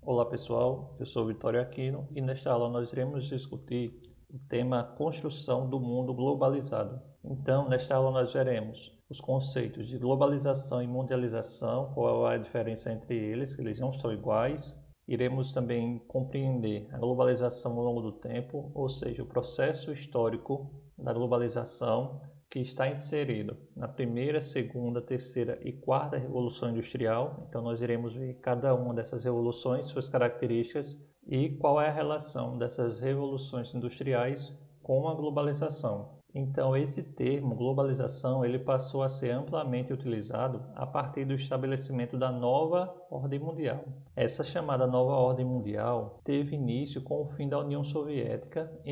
Olá pessoal, eu sou Vitório Aquino e nesta aula nós iremos discutir o tema construção do mundo globalizado. Então, nesta aula nós veremos os conceitos de globalização e mundialização, qual é a diferença entre eles, que eles não são iguais. Iremos também compreender a globalização ao longo do tempo, ou seja, o processo histórico da globalização que está inserido na primeira, segunda, terceira e quarta revolução industrial. Então nós iremos ver cada uma dessas revoluções, suas características e qual é a relação dessas revoluções industriais com a globalização. Então esse termo globalização ele passou a ser amplamente utilizado a partir do estabelecimento da nova ordem mundial. Essa chamada nova ordem mundial teve início com o fim da União Soviética em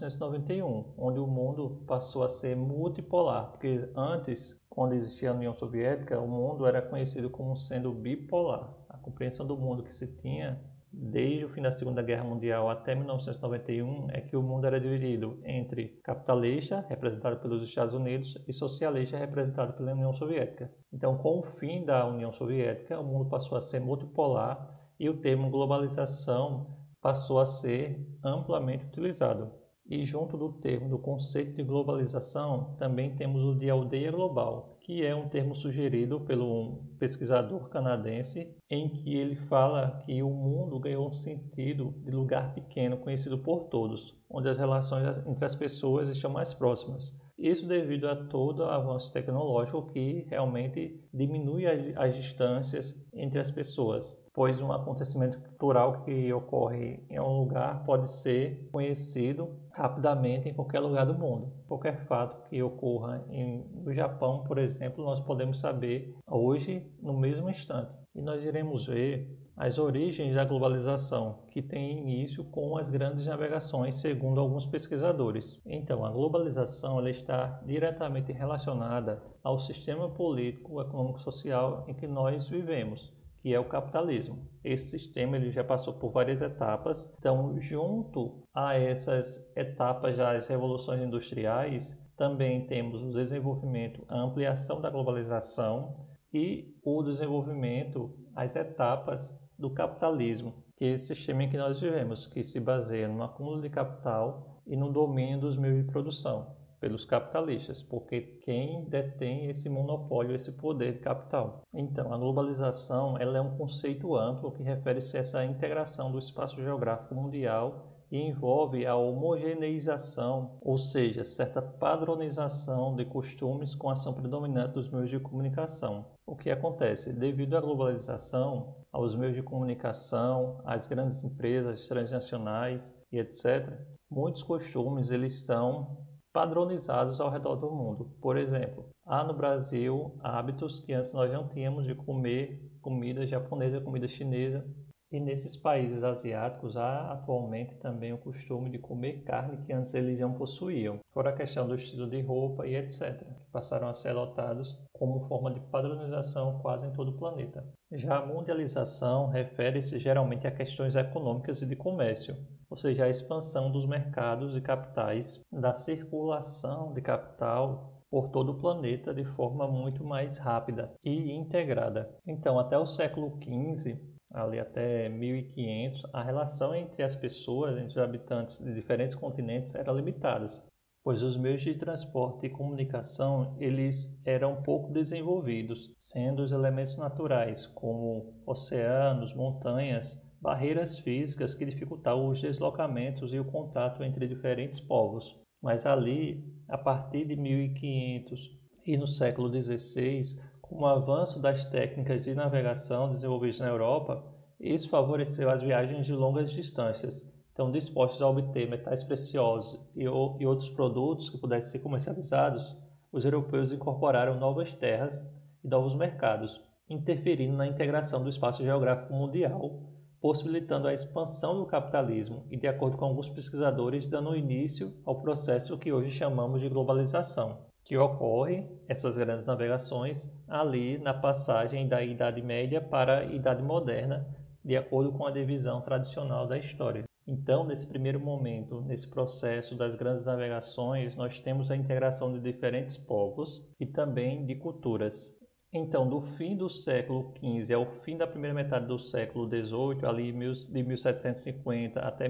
1991, onde o mundo passou a ser multipolar, porque antes, quando existia a União Soviética, o mundo era conhecido como sendo bipolar. A compreensão do mundo que se tinha desde o fim da Segunda Guerra Mundial até 1991 é que o mundo era dividido entre capitalista, representado pelos Estados Unidos, e socialista, representado pela União Soviética. Então, com o fim da União Soviética, o mundo passou a ser multipolar e o termo globalização passou a ser amplamente utilizado. E junto do termo, do conceito de globalização, também temos o de aldeia global, que é um termo sugerido pelo pesquisador canadense, em que ele fala que o mundo ganhou um sentido de lugar pequeno, conhecido por todos, onde as relações entre as pessoas estão mais próximas. Isso devido a todo o avanço tecnológico que realmente diminui as distâncias entre as pessoas, pois um acontecimento cultural que ocorre em um lugar pode ser conhecido rapidamente em qualquer lugar do mundo. Qualquer fato que ocorra no Japão, por exemplo, nós podemos saber hoje no mesmo instante. E nós iremos ver as origens da globalização, que tem início com as grandes navegações, segundo alguns pesquisadores. Então, a globalização ela está diretamente relacionada ao sistema político, econômico e social em que nós vivemos, que é o capitalismo. Esse sistema ele já passou por várias etapas. Então, junto a essas etapas das revoluções industriais, também temos o desenvolvimento, a ampliação da globalização e o desenvolvimento, as etapas do capitalismo, que é esse sistema em que nós vivemos, que se baseia no acúmulo de capital e no domínio dos meios de produção pelos capitalistas, porque quem detém esse monopólio, esse poder de capital. Então, a globalização ela é um conceito amplo que refere-se a essa integração do espaço geográfico mundial e envolve a homogeneização, ou seja, certa padronização de costumes com a ação predominante dos meios de comunicação. O que acontece? Devido à globalização, aos meios de comunicação, às grandes empresas transnacionais e etc., muitos costumes eles são padronizados ao redor do mundo. Por exemplo, há no Brasil hábitos que antes nós não tínhamos de comer comida japonesa, comida chinesa. E nesses países asiáticos há atualmente também o costume de comer carne que antes eles não possuíam. Fora a questão do estilo de roupa e etc., que passaram a ser adotados como forma de padronização quase em todo o planeta. Já a mundialização refere-se geralmente a questões econômicas e de comércio, ou seja, a expansão dos mercados de capitais, da circulação de capital por todo o planeta de forma muito mais rápida e integrada. Então, até o século XV, ali até 1500, a relação entre as pessoas, entre os habitantes de diferentes continentes, era limitada, pois os meios de transporte e comunicação eles eram pouco desenvolvidos, sendo os elementos naturais, como oceanos, montanhas, barreiras físicas que dificultavam os deslocamentos e o contato entre diferentes povos. Mas ali, a partir de 1500 e no século XVI, com o avanço das técnicas de navegação desenvolvidas na Europa, isso favoreceu as viagens de longas distâncias. Então, dispostos a obter metais preciosos e outros produtos que pudessem ser comercializados, os europeus incorporaram novas terras e novos mercados, interferindo na integração do espaço geográfico mundial, possibilitando a expansão do capitalismo e, de acordo com alguns pesquisadores, dando início ao processo que hoje chamamos de globalização, que ocorre, essas grandes navegações, ali na passagem da Idade Média para a Idade Moderna, de acordo com a divisão tradicional da história. Então, nesse primeiro momento, nesse processo das grandes navegações, nós temos a integração de diferentes povos e também de culturas. Então, do fim do século XV ao fim da primeira metade do século XVIII, ali de 1750 até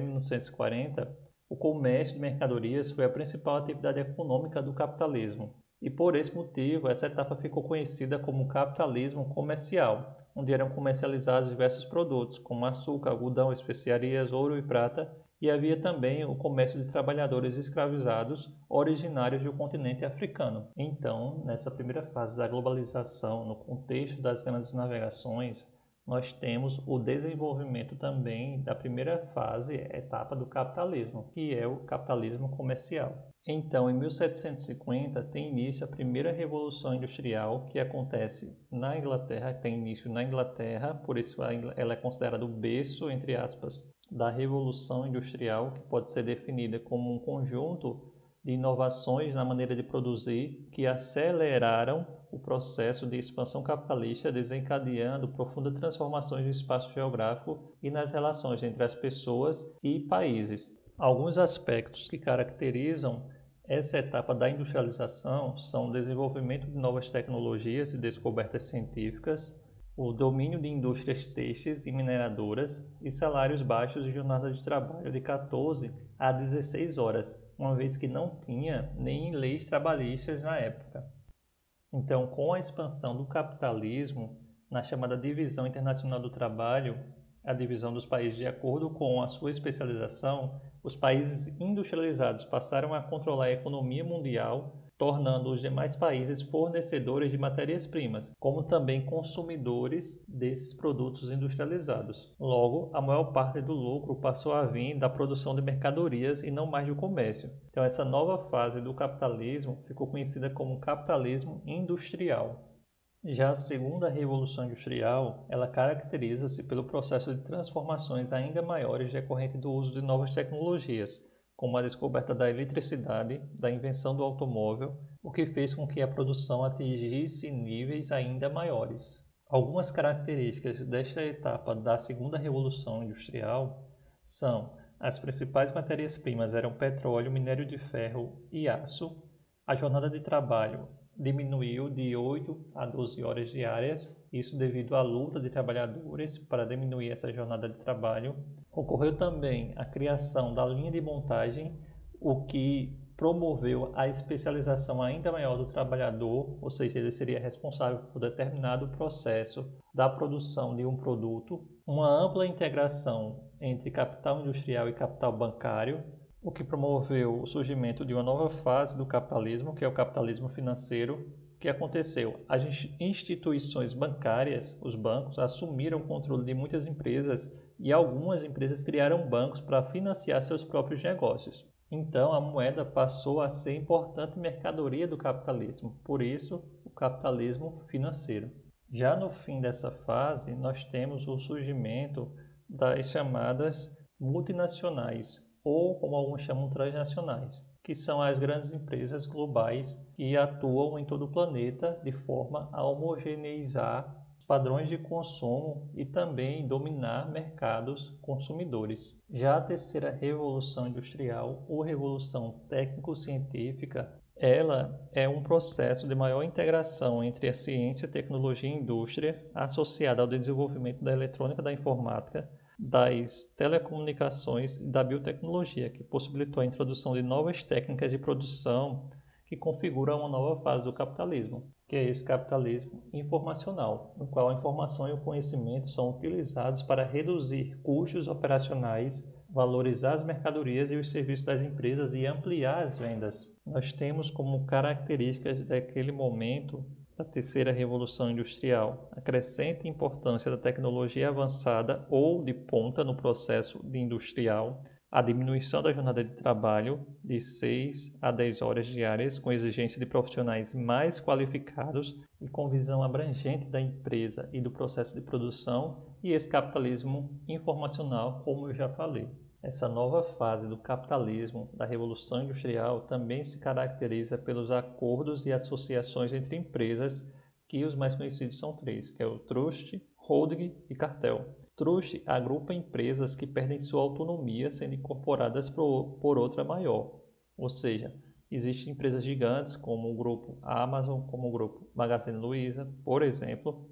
1940, o comércio de mercadorias foi a principal atividade econômica do capitalismo. E por esse motivo, essa etapa ficou conhecida como capitalismo comercial, onde eram comercializados diversos produtos, como açúcar, algodão, especiarias, ouro e prata, e havia também o comércio de trabalhadores escravizados originários do continente africano. Então, nessa primeira fase da globalização, no contexto das grandes navegações, nós temos o desenvolvimento também da primeira fase, etapa do capitalismo, que é o capitalismo comercial. Então, em 1750, tem início a primeira revolução industrial, que acontece na Inglaterra, tem início na Inglaterra, por isso ela é considerada o berço, entre aspas, da Revolução Industrial, que pode ser definida como um conjunto de inovações na maneira de produzir que aceleraram o processo de expansão capitalista, desencadeando profundas transformações no espaço geográfico e nas relações entre as pessoas e países. Alguns aspectos que caracterizam essa etapa da industrialização são o desenvolvimento de novas tecnologias e descobertas científicas, o domínio de indústrias têxteis e mineradoras e salários baixos e jornada de trabalho de 14 a 16 horas, uma vez que não tinha nem leis trabalhistas na época. Então, com a expansão do capitalismo, na chamada Divisão Internacional do Trabalho, a divisão dos países de acordo com a sua especialização, os países industrializados passaram a controlar a economia mundial, tornando os demais países fornecedores de matérias-primas, como também consumidores desses produtos industrializados. Logo, a maior parte do lucro passou a vir da produção de mercadorias e não mais do comércio. Então, essa nova fase do capitalismo ficou conhecida como capitalismo industrial. Já a segunda revolução industrial, ela caracteriza-se pelo processo de transformações ainda maiores decorrente do uso de novas tecnologias, como a descoberta da eletricidade, da invenção do automóvel, o que fez com que a produção atingisse níveis ainda maiores. Algumas características desta etapa da segunda revolução industrial são: as principais matérias-primas eram petróleo, minério de ferro e aço, a jornada de trabalho diminuiu de 8 a 12 horas diárias, isso devido à luta de trabalhadores para diminuir essa jornada de trabalho. Ocorreu também a criação da linha de montagem, o que promoveu a especialização ainda maior do trabalhador, ou seja, ele seria responsável por determinado processo da produção de um produto, uma ampla integração entre capital industrial e capital bancário, o que promoveu o surgimento de uma nova fase do capitalismo, que é o capitalismo financeiro. O que aconteceu? As instituições bancárias, os bancos, assumiram o controle de muitas empresas e algumas empresas criaram bancos para financiar seus próprios negócios. Então, a moeda passou a ser importante mercadoria do capitalismo, por isso, o capitalismo financeiro. Já no fim dessa fase, nós temos o surgimento das chamadas multinacionais, ou como alguns chamam transnacionais, que são as grandes empresas globais que atuam em todo o planeta de forma a homogeneizar os padrões de consumo e também dominar mercados consumidores. Já a terceira revolução industrial, ou revolução técnico-científica, ela é um processo de maior integração entre a ciência, tecnologia e indústria, associada ao desenvolvimento da eletrônica e da informática, das telecomunicações e da biotecnologia, que possibilitou a introdução de novas técnicas de produção que configuram uma nova fase do capitalismo, que é esse capitalismo informacional, no qual a informação e o conhecimento são utilizados para reduzir custos operacionais, valorizar as mercadorias e os serviços das empresas e ampliar as vendas. Nós temos como características daquele momento da terceira revolução industrial a crescente importância da tecnologia avançada ou de ponta no processo industrial, a diminuição da jornada de trabalho de 6 a 10 horas diárias, com exigência de profissionais mais qualificados e com visão abrangente da empresa e do processo de produção, e esse capitalismo informacional, como eu já falei. Essa nova fase do capitalismo, da Revolução Industrial, também se caracteriza pelos acordos e associações entre empresas, que os mais conhecidos são três, que é o trust, holding e cartel. Trust agrupa empresas que perdem sua autonomia sendo incorporadas por outra maior, ou seja, Existem empresas gigantes como o grupo Amazon, como o grupo Magazine Luiza, por exemplo,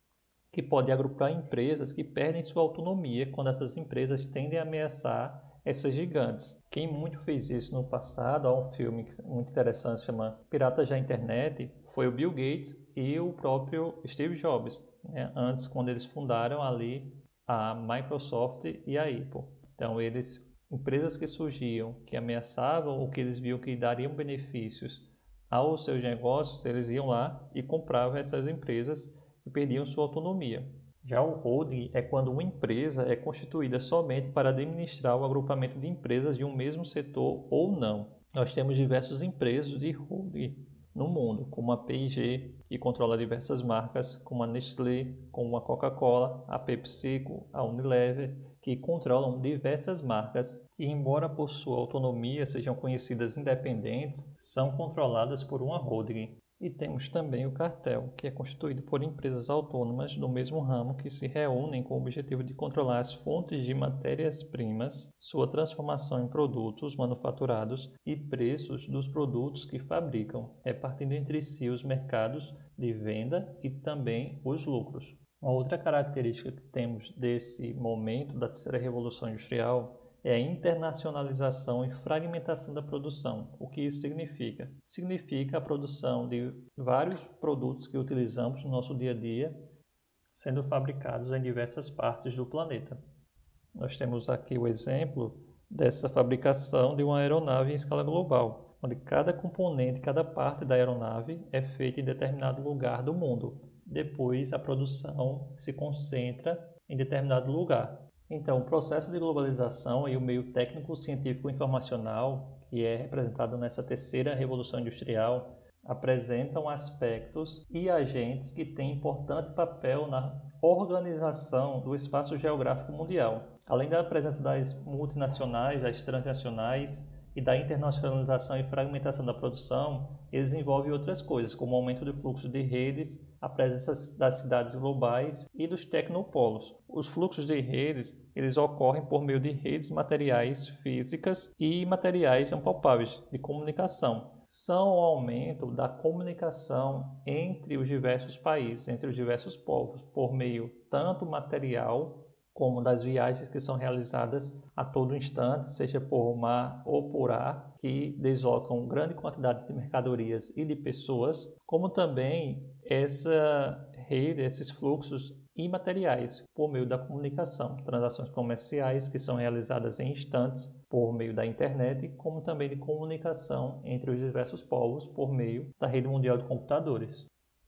que podem agrupar empresas que perdem sua autonomia quando essas empresas tendem a ameaçar essas gigantes. Quem muito fez isso no passado, há um filme muito interessante chamado Piratas da Internet, foi o Bill Gates e o próprio Steve Jobs, né? Antes, quando eles fundaram ali a Microsoft e a Apple. Então, empresas que surgiam, que ameaçavam ou que eles viam que dariam benefícios aos seus negócios, eles iam lá e compravam essas empresas e perdiam sua autonomia. Já o holding é quando uma empresa é constituída somente para administrar o agrupamento de empresas de um mesmo setor ou não. Nós temos diversas empresas de holding no mundo, como a P&G, que controla diversas marcas, como a Nestlé, como a Coca-Cola, a PepsiCo, a Unilever, que controlam diversas marcas que, embora por sua autonomia sejam conhecidas independentes, são controladas por uma holding. E temos também o cartel, que é constituído por empresas autônomas do mesmo ramo que se reúnem com o objetivo de controlar as fontes de matérias-primas, sua transformação em produtos manufaturados e preços dos produtos que fabricam, repartindo entre si os mercados de venda e também os lucros. Uma outra característica que temos desse momento da terceira revolução industrial é a internacionalização e fragmentação da produção. O que isso significa? Significa a produção de vários produtos que utilizamos no nosso dia a dia, sendo fabricados em diversas partes do planeta. Nós temos aqui o exemplo dessa fabricação de uma aeronave em escala global, onde cada componente, cada parte da aeronave é feita em determinado lugar do mundo. Depois, a produção se concentra em determinado lugar. Então, o processo de globalização e o meio técnico, científico e informacional, que é representado nessa terceira revolução industrial, apresentam aspectos e agentes que têm importante papel na organização do espaço geográfico mundial. Além da presença das multinacionais, das transnacionais e da internacionalização e fragmentação da produção, eles envolvem outras coisas, como o aumento do fluxo de redes, a presença das cidades globais e dos tecnopolos. Os fluxos de redes, eles ocorrem por meio de redes materiais físicas e imateriais impalpáveis de comunicação. São o aumento da comunicação entre os diversos países, entre os diversos povos, por meio tanto material como das viagens que são realizadas a todo instante, seja por mar ou por ar, que deslocam grande quantidade de mercadorias e de pessoas, como também essa rede, esses fluxos imateriais, por meio da comunicação, transações comerciais que são realizadas em instantes por meio da internet, como também de comunicação entre os diversos povos por meio da rede mundial de computadores.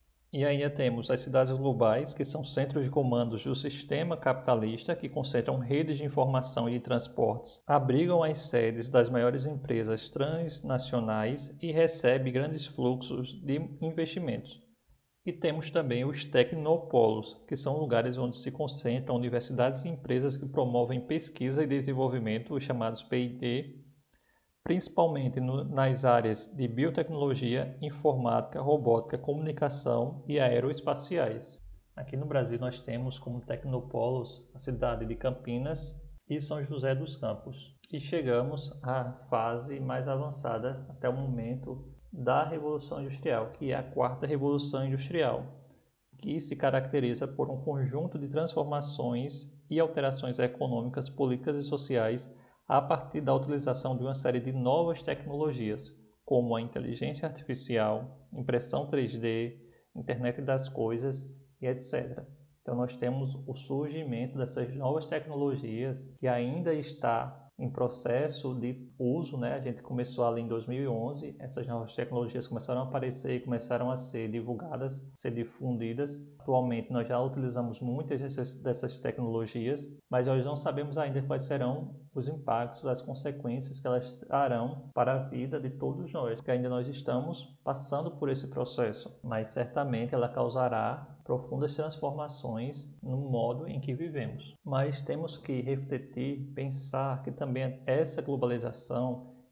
E ainda temos as cidades globais, que são centros de comandos do sistema capitalista, que concentram redes de informação e de transportes, abrigam as sedes das maiores empresas transnacionais e recebem grandes fluxos de investimentos. E temos também os tecnopolos, que são lugares onde se concentram universidades e empresas que promovem pesquisa e desenvolvimento, os chamados P&D, principalmente nas áreas de biotecnologia, informática, robótica, comunicação e aeroespaciais. Aqui no Brasil nós temos como tecnopolos a cidade de Campinas e São José dos Campos. E chegamos à fase mais avançada até o momento da Revolução Industrial, que é a quarta Revolução Industrial, que se caracteriza por um conjunto de transformações e alterações econômicas, políticas e sociais a partir da utilização de uma série de novas tecnologias, como a inteligência artificial, impressão 3D, internet das coisas e etc. Então nós temos o surgimento dessas novas tecnologias que ainda está em processo de uso, né? A gente começou ali em 2011, essas novas tecnologias começaram a aparecer e começaram a ser divulgadas, ser difundidas. Atualmente nós já utilizamos muitas dessas tecnologias, mas nós não sabemos ainda quais serão os impactos, as consequências que elas trarão para a vida de todos nós, porque ainda nós estamos passando por esse processo, mas certamente ela causará profundas transformações no modo em que vivemos. Mas temos que refletir, pensar que também essa globalização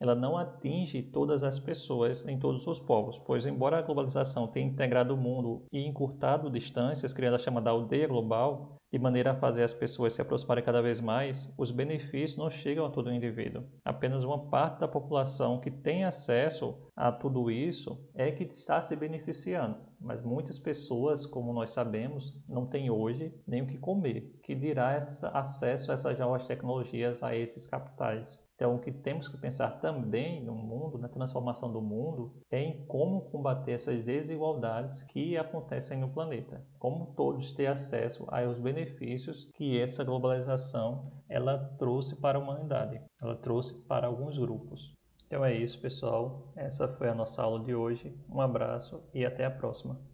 ela não atinge todas as pessoas em todos os povos, pois embora a globalização tenha integrado o mundo e encurtado distâncias, criando a chamada aldeia global, de maneira a fazer as pessoas se aproximarem cada vez mais, os benefícios não chegam a todo indivíduo. Apenas uma parte da população que tem acesso a tudo isso é que está se beneficiando. Mas muitas pessoas, como nós sabemos, não têm hoje nem o que comer, que dirá acesso a essas novas tecnologias, a esses capitais. Então, o que temos que pensar também no mundo, na transformação do mundo, é em como combater essas desigualdades que acontecem no planeta. Como todos ter acesso aos benefícios que essa globalização ela trouxe para a humanidade, ela trouxe para alguns grupos. Então é isso, pessoal. Essa foi a nossa aula de hoje. Um abraço e até a próxima.